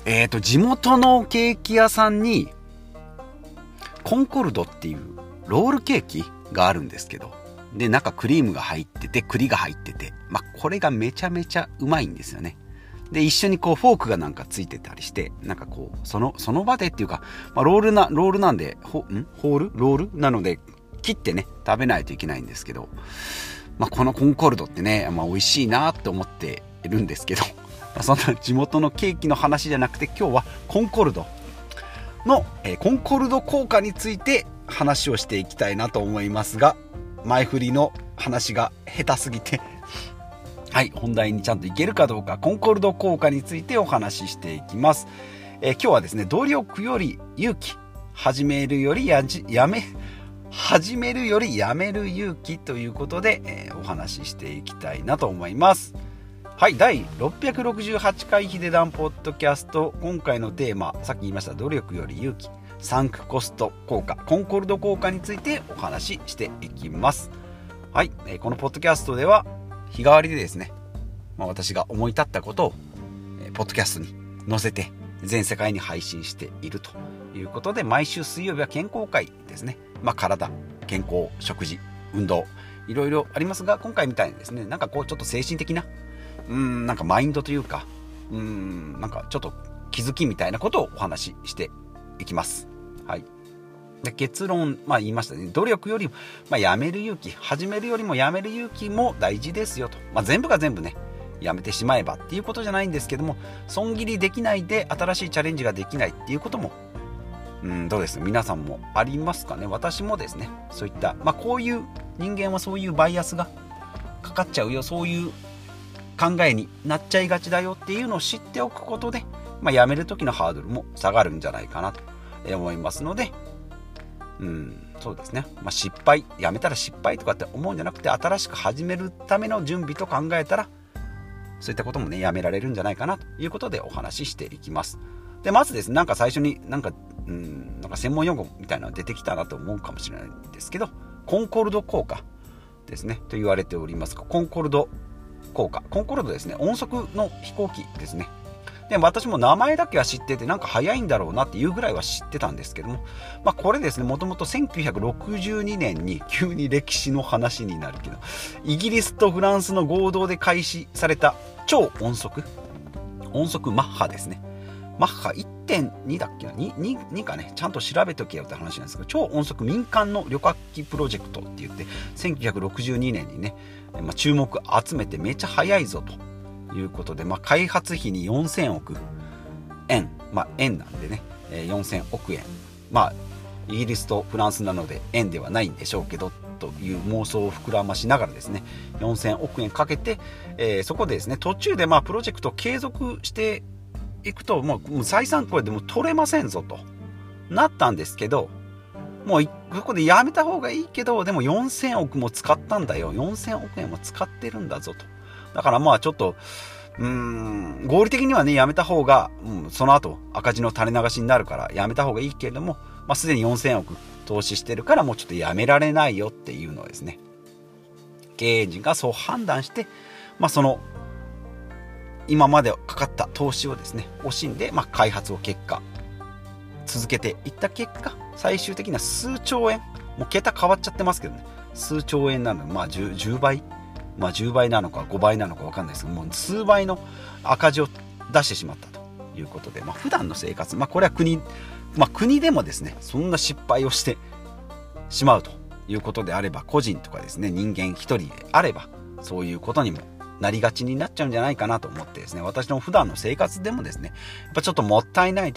地元のケーキ屋さんにコンコルドっていうロールケーキがあるんですけど、で中クリームが入ってて栗が入ってて、これがめちゃめちゃうまいんですよね。で一緒にこうフォークがなんかついてたりして、なんかこうその場でっていうか、ロールなんでロールなので切ってね食べないといけないんですけど、このコンコルドってね、美味しいなって思っているんですけど、そんな地元のケーキの話じゃなくて、今日はコンコルドの、コンコルド効果について話をしていきたいなと思いますが、前振りの話が下手すぎてはい、本題にちゃんといけるかどうか、コンコルド効果についてお話ししていきます。今日はですね、努力より勇気、始めるよりやめる勇気ということで、お話ししていきたいなと思います。はい、第668回ヒデダンポッドキャスト、今回のテーマ、さっき言いました努力より勇気、サンクコスト効果、コンコルド効果についてお話ししていきます。はい、このポッドキャストでは日替わりでですね、私が思い立ったことを、ポッドキャストに載せて全世界に配信しているということで、毎週水曜日は健康会ですね。体、健康、食事、運動、いろいろありますが、今回みたいにですね、なんかこうちょっと精神的ななんかマインドというか、なんかちょっと気づきみたいなことをお話ししていきます。はい。で結論、言いましたね。努力よりも、やめる勇気、始めるよりもやめる勇気も大事ですよと。全部が全部ね、やめてしまえばっていうことじゃないんですけども、損切りできないで新しいチャレンジができないっていうことも、どうです？皆さんもありますかね。私もですね、そういった、こういう人間はそういうバイアスがかかっちゃうよ、そういう考えになっちゃいがちだよっていうのを知っておくことで、やめる時のハードルも下がるんじゃないかなと思いますので、そうですね、やめたら失敗とかって思うんじゃなくて、新しく始めるための準備と考えたら、そういったこともね、やめられるんじゃないかなということでお話ししていきます。でまずですね、なんか最初になんか専門用語みたいなの出てきたなと思うかもしれないんですけど、コンコルド効果ですねと言われております。コンコルド効果、コンコルドですね、音速の飛行機ですね。で私も名前だけは知ってて、なんか早いんだろうなっていうぐらいは知ってたんですけども、これですね、もともと1962年に急に歴史の話になるけど、イギリスとフランスの合同で開始された超音速マッハですね。マッハ 1.2 だっけな、2かね、ちゃんと調べとけよって話なんですけど、超音速民間の旅客機プロジェクトって言って、1962年にね、注目集めてめっちゃ早いぞということで、開発費に4000億円、円なんでね、4000億円、イギリスとフランスなので円ではないんでしょうけどという妄想を膨らましながらですね、4000億円かけて、そこでですね、途中でプロジェクトを継続していくと、もう採算これでも取れませんぞとなったんですけど、もうここでやめた方がいいけど、でも4000億も使ったんだよ、4000億円も使ってるんだぞと。だからちょっと合理的にはね、やめた方が、その後赤字の垂れ流しになるからやめた方がいいけれども、すでに4000億投資してるから、もうちょっとやめられないよっていうのをですね、経営陣がそう判断して、その今までかかった投資をですね惜しんで、開発を続けていった結果、最終的には数兆円、もう桁変わっちゃってますけどね、数兆円なので、10倍、10倍なのか5倍なのか分かんないですけど、もう数倍の赤字を出してしまったということで、普段の生活、これは国でもですね、そんな失敗をしてしまうということであれば、個人とかですね、人間一人であればそういうことにもなりがちになっちゃうんじゃないかなと思ってですね、私の普段の生活でもですね、やっぱちょっともったいない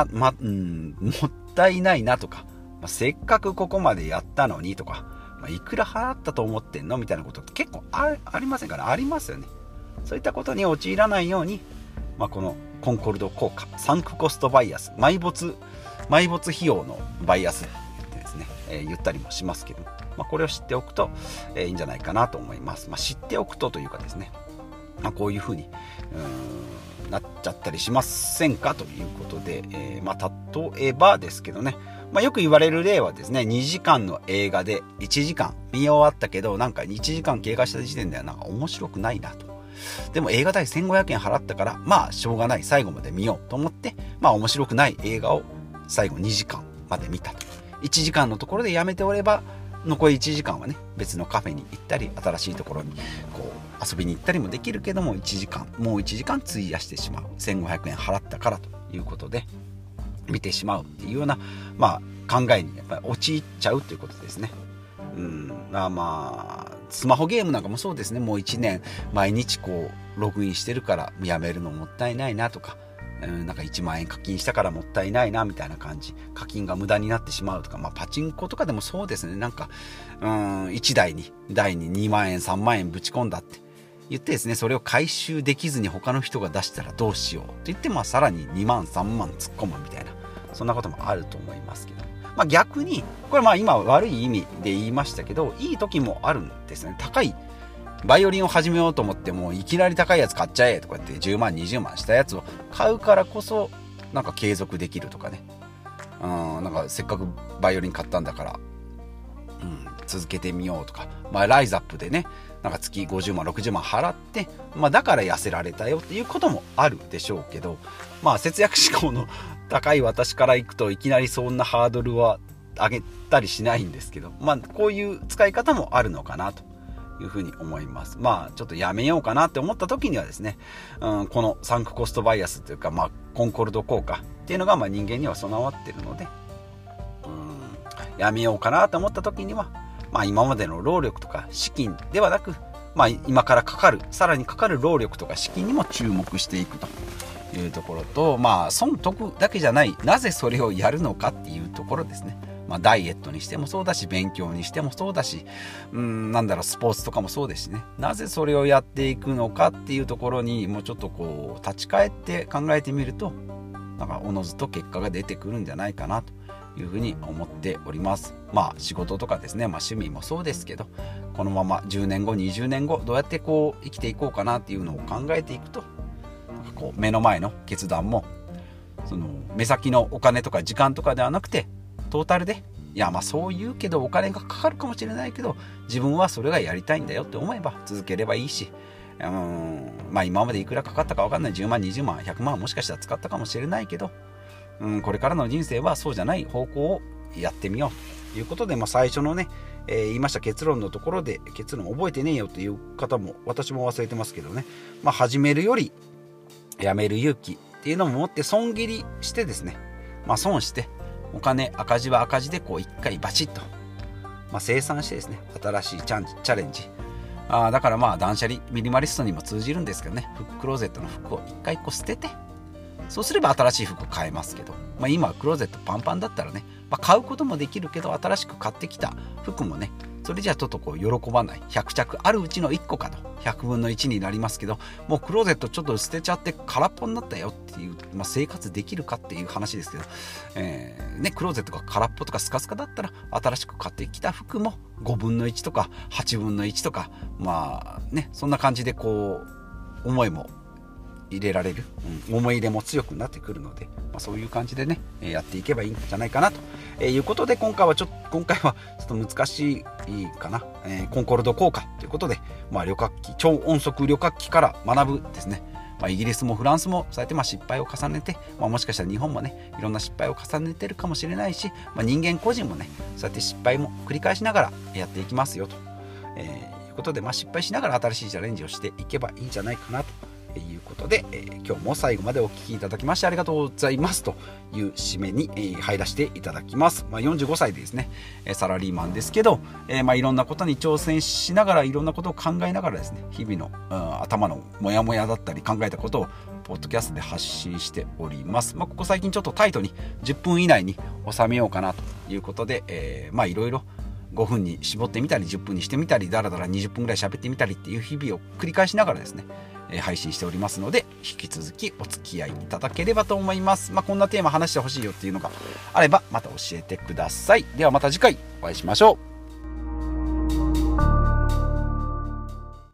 なとか、せっかくここまでやったのにとか、いくら払ったと思ってんのみたいなことって結構ありませんから、ありますよね。そういったことに陥らないように、このコンコルド効果、サンクコストバイアス、埋没費用のバイアスって言ってですね、言ったりもしますけども、これを知っておくと、いいんじゃないかなと思います。知っておくというかですね、こういうふうになっちゃったりしませんかということで、例えばですけどね、よく言われる例はですね、2時間の映画で1時間見終わったけど、なんか1時間経過した時点ではなんか面白くないなとでも映画代1500円払ったから、まあしょうがない、最後まで見ようと思って、まあ面白くない映画を最後2時間まで見たと。1時間のところでやめておれば、残り1時間はね、別のカフェに行ったり、新しいところにこう遊びに行ったりもできるけども、もう1時間費やしてしまう。1500円払ったからということで、見てしまうっていうような、まあ、考えにやっぱり陥っちゃうということですね。まあスマホゲームなんかもそうですね。もう1年毎日こうログインしてるからやめるのもったいないなとか、なんか1万円課金したからもったいないなみたいな感じ、課金が無駄になってしまうとか、まあパチンコとかでもそうですね。なんか1台に2万円3万円ぶち込んだって言ってですね、それを回収できずに他の人が出したらどうしようと言って、まあさらに2万3万突っ込むみたいな、そんなこともあると思いますけど、まあ逆にこれまあ今悪い意味で言いましたけど、いい時もあるんですね。高いバイオリンを始めようと思ってもいきなり高いやつ買っちゃえとか言って10万20万したやつを買うからこそ、なんか継続できるとかね、なんかせっかくバイオリン買ったんだから、続けてみようとか、まあライズアップでね、なんか月50万60万払って、まあだから痩せられたよっていうこともあるでしょうけど、まあ節約志向の高い私からいくといきなりそんなハードルは上げたりしないんですけど、まあこういう使い方もあるのかなというふうに思います。まあちょっとやめようかなって思った時にはですね、このサンクコストバイアスというか、まあコンコルド効果っていうのがまあ人間には備わっているので、やめようかなと思った時には、まあ今までの労力とか資金ではなく、まあ今からさらにかかる労力とか資金にも注目していくというところと、まあ損得だけじゃない、なぜそれをやるのかっていうところですね。まあダイエットにしてもそうだし、勉強にしてもそうだし、スポーツとかもそうですしね。なぜそれをやっていくのかっていうところにもうちょっとこう立ち返って考えてみると、なんかおのずと結果が出てくるんじゃないかなというふうに思っております。まあ仕事とかですね、まあ趣味もそうですけど、このまま10年後20年後どうやってこう生きていこうかなっていうのを考えていくと、なんかこう目の前の決断もその目先のお金とか時間とかではなくて、トータルで、いやまあそう言うけどお金がかかるかもしれないけど、自分はそれがやりたいんだよって思えば続ければいいし、まあ今までいくらかかったか分かんない、10万20万100万もしかしたら使ったかもしれないけど、これからの人生はそうじゃない方向をやってみようということで、まあ、最初のね、言いました結論のところで、結論覚えてねえよっていう方も私も忘れてますけどね、まあ、始めるよりやめる勇気っていうのも持って損切りしてですね、まあ、損してお金赤字は赤字でこう一回バチッと、まあ、清算してですね、新しいチャレンジ、だからまあ断捨離ミニマリストにも通じるんですけどね、クローゼットの服を一回こう捨てて、そうすれば新しい服買えますけど、まあ、今クローゼットパンパンだったらね、まあ、買うこともできるけど、新しく買ってきた服もね、それじゃちょっとこう喜ばない、100着あるうちの1個かと100分の1になりますけど、もうクローゼットちょっと捨てちゃって空っぽになったよっていう、まあ、生活できるかっていう話ですけど、クローゼットが空っぽとかスカスカだったら、新しく買ってきた服も5分の1とか8分の1とか、まあね、そんな感じでこう思いも入れられる、思い入れも強くなってくるので、まあ、そういう感じでね、やっていけばいいんじゃないかなということで、今回はちょっと難しいかな、コンコルド効果ということで、まあ、超音速旅客機から学ぶですね、まあ、イギリスもフランスもそうやってまあ失敗を重ねて、まあ、もしかしたら日本もねいろんな失敗を重ねてるかもしれないし、まあ、人間個人もねそうやって失敗も繰り返しながらやっていきますよと、いうことで、まあ、失敗しながら新しいチャレンジをしていけばいいんじゃないかなということで、今日も最後までお聞きいただきましてありがとうございますという締めに、入らせていただきます。まあ、45歳でですね、サラリーマンですけど、まあ、いろんなことに挑戦しながら、いろんなことを考えながらですね、日々の、頭のモヤモヤだったり考えたことをポッドキャストで発信しております。まあ、ここ最近ちょっとタイトに10分以内に収めようかなということで、まあいろいろ5分に絞ってみたり10分にしてみたり、だらだら20分ぐらい喋ってみたりっていう日々を繰り返しながらですね、配信しておりますので、引き続きお付き合いいただければと思います。まあ、こんなテーマ話してほしいよっていうのがあればまた教えてください。ではまた次回お会いしましょう。